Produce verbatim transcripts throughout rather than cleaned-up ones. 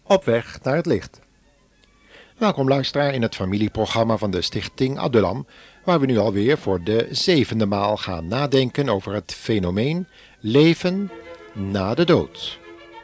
Op weg naar het licht. Welkom luisteraar in het familieprogramma van de Stichting Adullam, waar we nu alweer voor de zevende maal gaan nadenken over het fenomeen leven na de dood.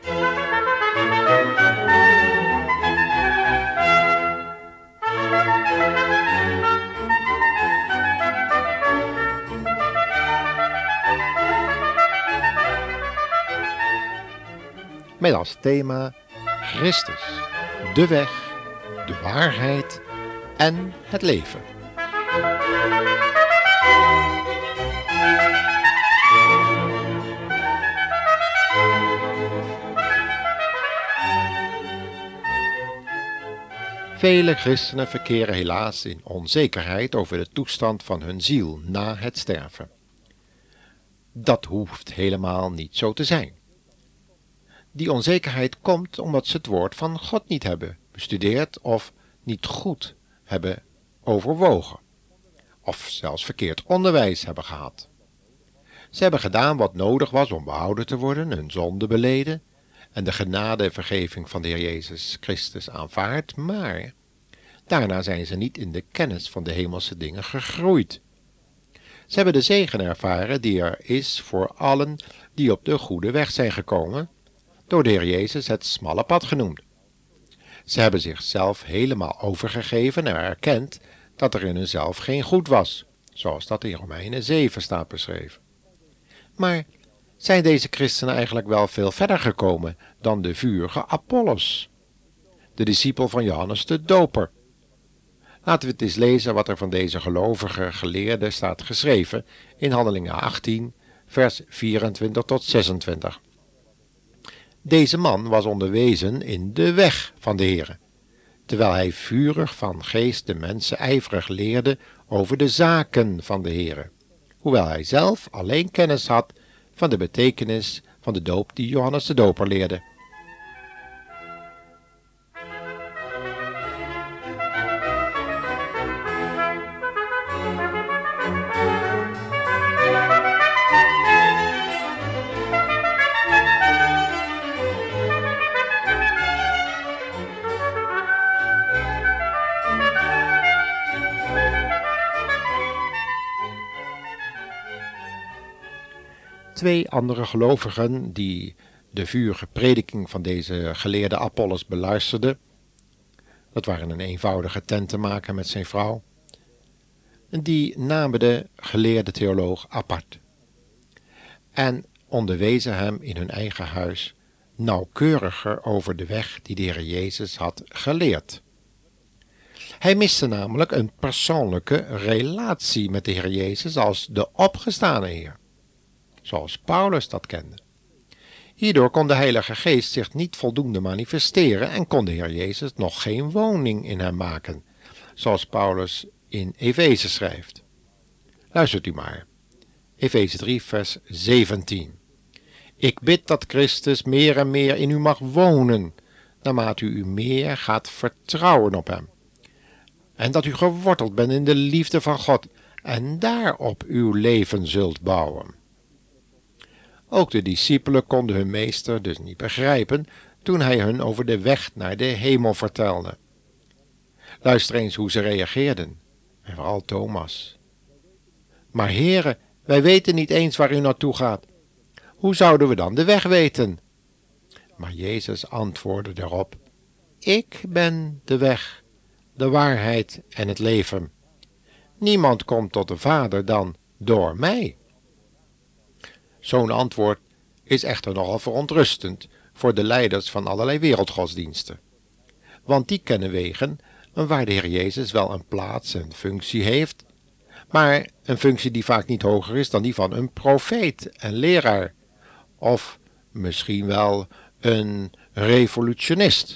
Met als thema Christus, de weg, de waarheid en het leven. Vele christenen verkeren helaas in onzekerheid over de toestand van hun ziel na het sterven. Dat hoeft helemaal niet zo te zijn. Die onzekerheid komt omdat ze het woord van God niet hebben bestudeerd of niet goed hebben overwogen, of zelfs verkeerd onderwijs hebben gehad. Ze hebben gedaan wat nodig was om behouden te worden, hun zonde beleden en de genade en vergeving van de Heer Jezus Christus aanvaard, maar daarna zijn ze niet in de kennis van de hemelse dingen gegroeid. Ze hebben de zegen ervaren die er is voor allen die op de goede weg zijn gekomen, door de Heer Jezus het smalle pad genoemd. Ze hebben zichzelf helemaal overgegeven en erkend dat er in hunzelf geen goed was, zoals dat in Romeinen zeven staat beschreven. Maar zijn deze christenen eigenlijk wel veel verder gekomen dan de vurige Apollos, de discipel van Johannes de Doper? Laten we het eens lezen wat er van deze gelovige geleerde staat geschreven in Handelingen achttien, vers vierentwintig tot zesentwintig. Deze man was onderwezen in de weg van de Heere, terwijl hij vurig van geest de mensen ijverig leerde over de zaken van de Heere, hoewel hij zelf alleen kennis had van de betekenis van de doop die Johannes de Doper leerde. Twee andere gelovigen die de vurige prediking van deze geleerde Apollos beluisterden, dat waren een eenvoudige tentenmaker met zijn vrouw, die namen de geleerde theoloog apart en onderwezen hem in hun eigen huis nauwkeuriger over de weg die de Heer Jezus had geleerd. Hij miste namelijk een persoonlijke relatie met de Heer Jezus als de opgestane Heer, zoals Paulus dat kende. Hierdoor kon de Heilige Geest zich niet voldoende manifesteren en kon de Heer Jezus nog geen woning in hem maken, zoals Paulus in Efeze schrijft. Luistert u maar. Efeze drie, vers zeventien. Ik bid dat Christus meer en meer in u mag wonen, naarmate u meer gaat vertrouwen op hem. En dat u geworteld bent in de liefde van God en daarop uw leven zult bouwen. Ook de discipelen konden hun meester dus niet begrijpen toen hij hun over de weg naar de hemel vertelde. Luister eens hoe ze reageerden, en vooral Thomas. Maar Heere, wij weten niet eens waar u naartoe gaat. Hoe zouden we dan de weg weten? Maar Jezus antwoordde daarop: Ik ben de weg, de waarheid en het leven. Niemand komt tot de Vader dan door mij. Zo'n antwoord is echter nogal verontrustend voor de leiders van allerlei wereldgodsdiensten. Want die kennen wegen waar de Heer Jezus wel een plaats en functie heeft, maar een functie die vaak niet hoger is dan die van een profeet en leraar, of misschien wel een revolutionist.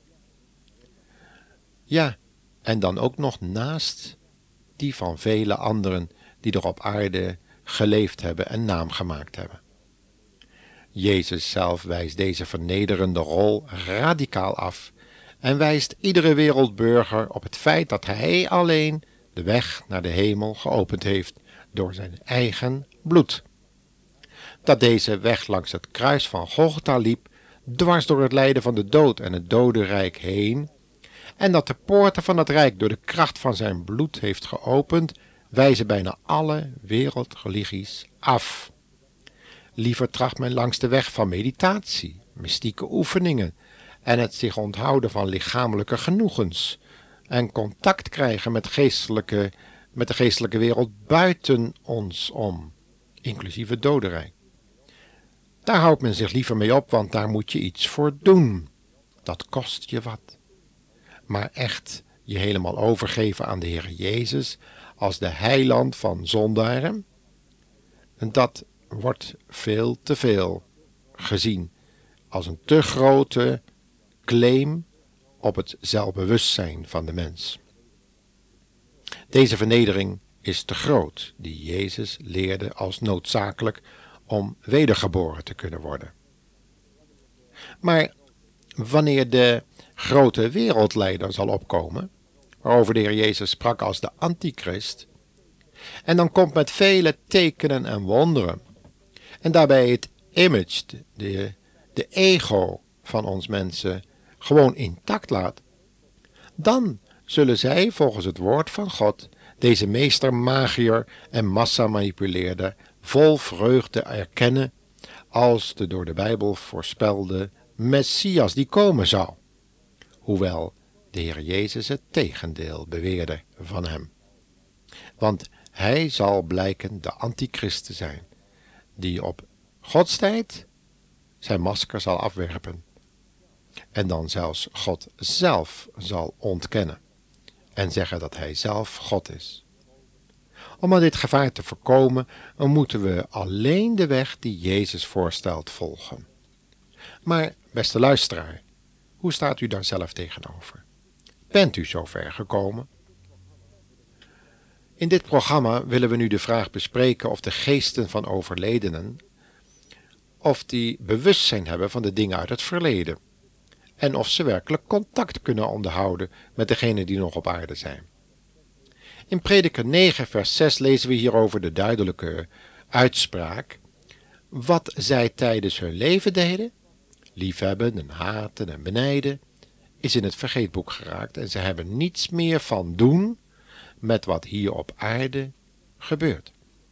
Ja, en dan ook nog naast die van vele anderen die er op aarde geleefd hebben en naam gemaakt hebben. Jezus zelf wijst deze vernederende rol radicaal af en wijst iedere wereldburger op het feit dat hij alleen de weg naar de hemel geopend heeft door zijn eigen bloed. Dat deze weg langs het kruis van Golgotha liep, dwars door het lijden van de dood en het dodenrijk heen, en dat de poorten van het rijk door de kracht van zijn bloed heeft geopend, wijzen bijna alle wereldreligies af. Liever tracht men langs de weg van meditatie, mystieke oefeningen en het zich onthouden van lichamelijke genoegens en contact krijgen met, geestelijke, met de geestelijke wereld buiten ons om, inclusief het dodenrijk. Daar houdt men zich liever mee op, want daar moet je iets voor doen. Dat kost je wat. Maar echt je helemaal overgeven aan de Heer Jezus als de heiland van zondaren, dat wordt veel te veel gezien als een te grote claim op het zelfbewustzijn van de mens. Deze vernedering is te groot, die Jezus leerde als noodzakelijk om wedergeboren te kunnen worden. Maar wanneer de grote wereldleider zal opkomen, waarover de Heer Jezus sprak als de antichrist, en dan komt met vele tekenen en wonderen, en daarbij het image, de, de ego van ons mensen gewoon intact laat, dan zullen zij volgens het woord van God deze meester magier en massamanipuleerder vol vreugde erkennen als de door de Bijbel voorspelde Messias die komen zou, hoewel de Heer Jezus het tegendeel beweerde van hem. Want hij zal blijken de antichrist te zijn, die op Gods tijd zijn masker zal afwerpen en dan zelfs God zelf zal ontkennen en zeggen dat hij zelf God is. Om aan dit gevaar te voorkomen, moeten we alleen de weg die Jezus voorstelt volgen. Maar, beste luisteraar, hoe staat u daar zelf tegenover? Bent u zover gekomen? In dit programma willen we nu de vraag bespreken of de geesten van overledenen, of die bewustzijn hebben van de dingen uit het verleden, en of ze werkelijk contact kunnen onderhouden met degenen die nog op aarde zijn. In Prediker negen vers zes lezen we hierover de duidelijke uitspraak: wat zij tijdens hun leven deden, liefhebben en haten en benijden, is in het vergeetboek geraakt en ze hebben niets meer van doen met wat hier op aarde gebeurt.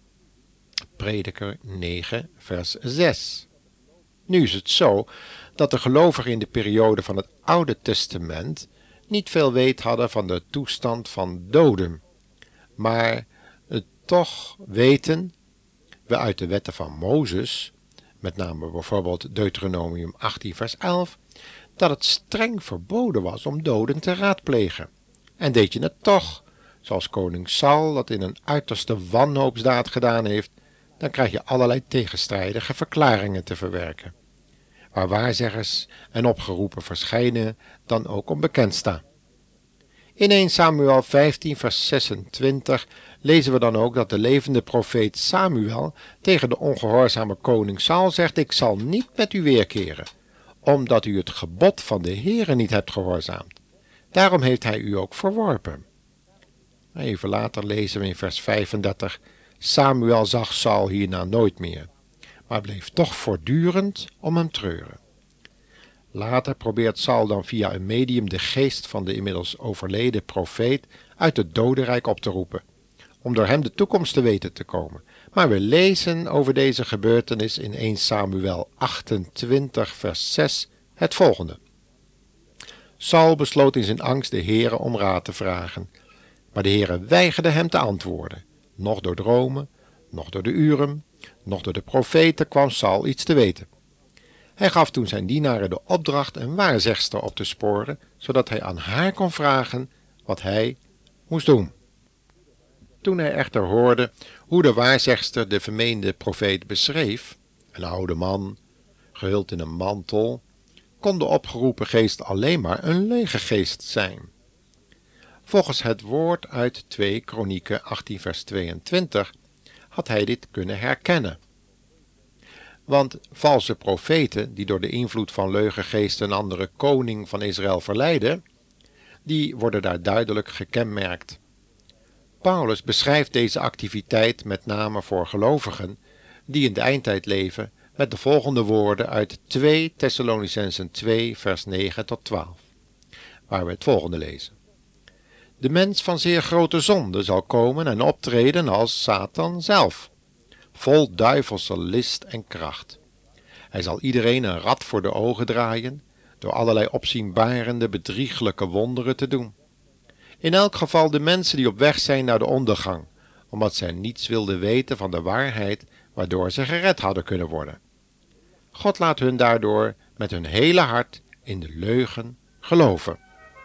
Prediker negen vers zes. Nu is het zo dat de gelovigen in de periode van het Oude Testament niet veel weet hadden van de toestand van doden, maar het toch weten we uit de wetten van Mozes, met name bijvoorbeeld Deuteronomium achttien vers elf, dat het streng verboden was om doden te raadplegen. En deed je het toch, zoals koning Saul dat in een uiterste wanhoopsdaad gedaan heeft, dan krijg je allerlei tegenstrijdige verklaringen te verwerken, waar waarzeggers en opgeroepen verschijnen dan ook onbekend staan. In eerste Samuel vijftien vers zesentwintig lezen we dan ook dat de levende profeet Samuel tegen de ongehoorzame koning Saul zegt: ik zal niet met u weerkeren, omdat u het gebod van de Heere niet hebt gehoorzaamd. Daarom heeft hij u ook verworpen. Even later lezen we in vers vijfendertig: Samuel zag Saul hierna nooit meer, maar bleef toch voortdurend om hem treuren. Later probeert Saul dan via een medium de geest van de inmiddels overleden profeet uit het dodenrijk op te roepen, om door hem de toekomst te weten te komen. Maar we lezen over deze gebeurtenis in eerste Samuel achtentwintig vers zes het volgende. Saul besloot in zijn angst de Heere om raad te vragen, maar de Heere weigerde hem te antwoorden. Nog door dromen, nog door de Urim, nog door de profeten kwam Saul iets te weten. Hij gaf toen zijn dienaren de opdracht een waarzegster op te sporen, zodat hij aan haar kon vragen wat hij moest doen. Toen hij echter hoorde hoe de waarzegster de vermeende profeet beschreef, een oude man, gehuld in een mantel, kon de opgeroepen geest alleen maar een lege geest zijn. Volgens het woord uit twee Kronieken achttien vers tweeëntwintig had hij dit kunnen herkennen. Want valse profeten, die door de invloed van leugengeesten een andere koning van Israël verleiden, die worden daar duidelijk gekenmerkt. Paulus beschrijft deze activiteit met name voor gelovigen die in de eindtijd leven met de volgende woorden uit twee Thessalonicenzen twee vers negen tot twaalf, waar we het volgende lezen. De mens van zeer grote zonde zal komen en optreden als Satan zelf, vol duivelse list en kracht. Hij zal iedereen een rad voor de ogen draaien, door allerlei opzienbarende, bedrieglijke wonderen te doen. In elk geval de mensen die op weg zijn naar de ondergang, omdat zij niets wilden weten van de waarheid, waardoor ze gered hadden kunnen worden. God laat hun daardoor met hun hele hart in de leugen geloven.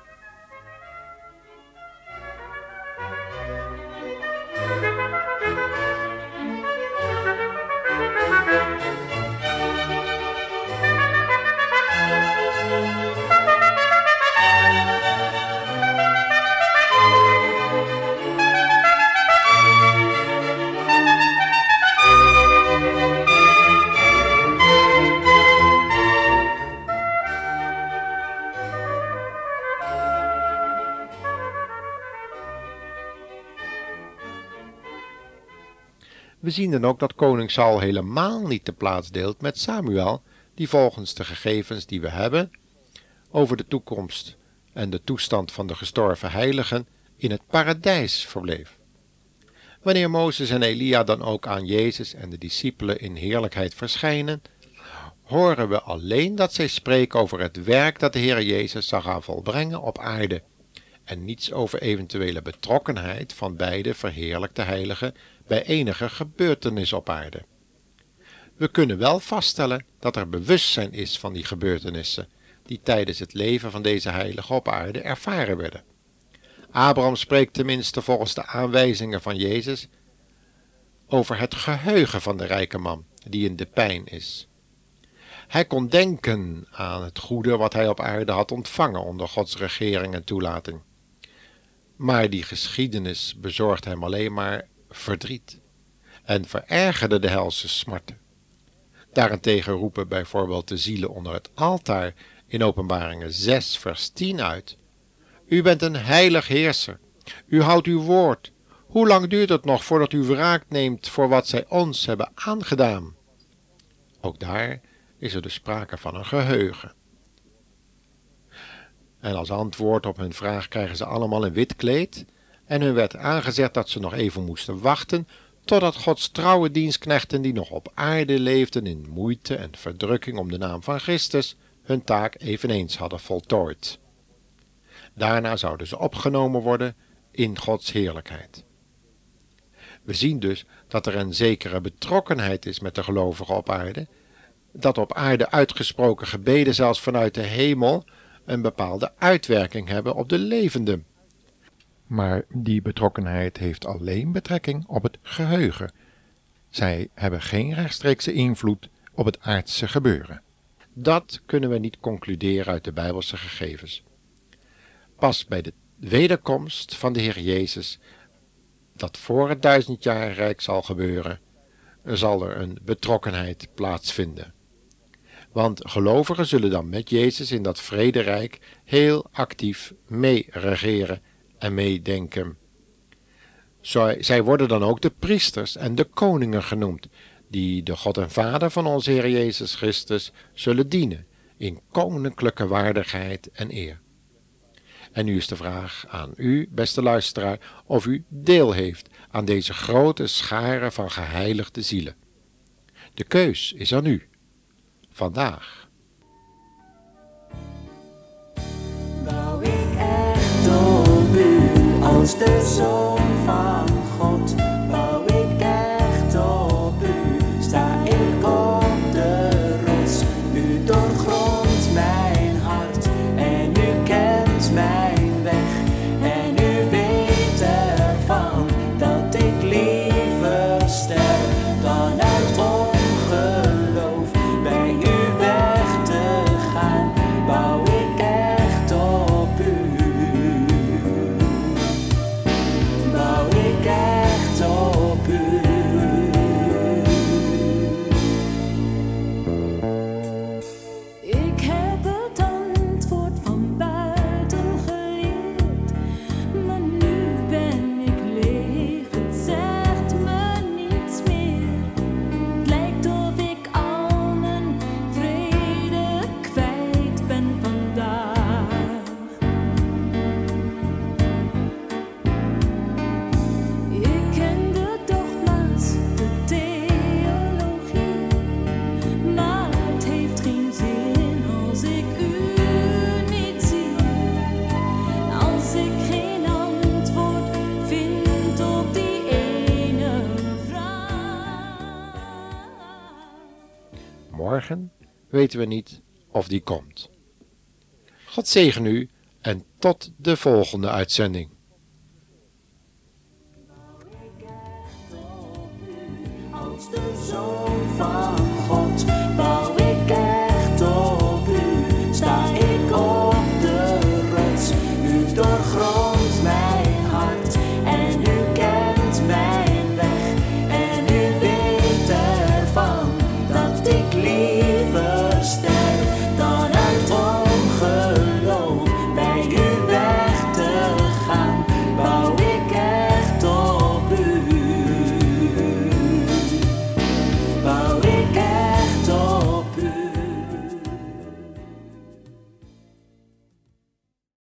We zien dan ook dat koning Saul helemaal niet de plaats deelt met Samuel, die volgens de gegevens die we hebben over de toekomst en de toestand van de gestorven heiligen in het paradijs verbleef. Wanneer Mozes en Elia dan ook aan Jezus en de discipelen in heerlijkheid verschijnen, horen we alleen dat zij spreken over het werk dat de Heer Jezus zal gaan volbrengen op aarde, en niets over eventuele betrokkenheid van beide verheerlijkte heiligen bij enige gebeurtenis op aarde. We kunnen wel vaststellen dat er bewustzijn is van die gebeurtenissen die tijdens het leven van deze heiligen op aarde ervaren werden. Abraham spreekt tenminste volgens de aanwijzingen van Jezus over het geheugen van de rijke man die in de pijn is. Hij kon denken aan het goede wat hij op aarde had ontvangen onder Gods regering en toelating. Maar die geschiedenis bezorgde hem alleen maar verdriet en verergerde de helse smarten. Daarentegen roepen bijvoorbeeld de zielen onder het altaar in Openbaringen zes vers tien uit: U bent een heilig heerser, u houdt uw woord. Hoe lang duurt het nog voordat u wraak neemt voor wat zij ons hebben aangedaan? Ook daar is er dus sprake van een geheugen. En als antwoord op hun vraag krijgen ze allemaal een wit kleed, en hun werd aangezegd dat ze nog even moesten wachten totdat Gods trouwe dienstknechten die nog op aarde leefden in moeite en verdrukking om de naam van Christus hun taak eveneens hadden voltooid. Daarna zouden ze opgenomen worden in Gods heerlijkheid. We zien dus dat er een zekere betrokkenheid is met de gelovigen op aarde, dat op aarde uitgesproken gebeden zelfs vanuit de hemel een bepaalde uitwerking hebben op de levenden. Maar die betrokkenheid heeft alleen betrekking op het geheugen. Zij hebben geen rechtstreekse invloed op het aardse gebeuren. Dat kunnen we niet concluderen uit de Bijbelse gegevens. Pas bij de wederkomst van de Heer Jezus, dat voor het duizendjarenrijk zal gebeuren, zal er een betrokkenheid plaatsvinden. Want gelovigen zullen dan met Jezus in dat vrederijk heel actief meeregeren en meedenken. Zij worden dan ook de priesters en de koningen genoemd, die de God en Vader van onze Heer Jezus Christus zullen dienen in koninklijke waardigheid en eer. En nu is de vraag aan u, beste luisteraar, of u deel heeft aan deze grote schare van geheiligde zielen. De keus is aan u. Vandaag. Wou ik echt op u als de Zoon van God, wou ik echt op u, sta ik op de rots, u doorgrondt mijn hart en u kent mijn weg en u weet ervan dat ik liever sterf dan uit ongeloof bij u weg te gaan, wou ik echt op u, wou ik morgen weten we niet of die komt. God zegen u en tot de volgende uitzending. Als de zoon van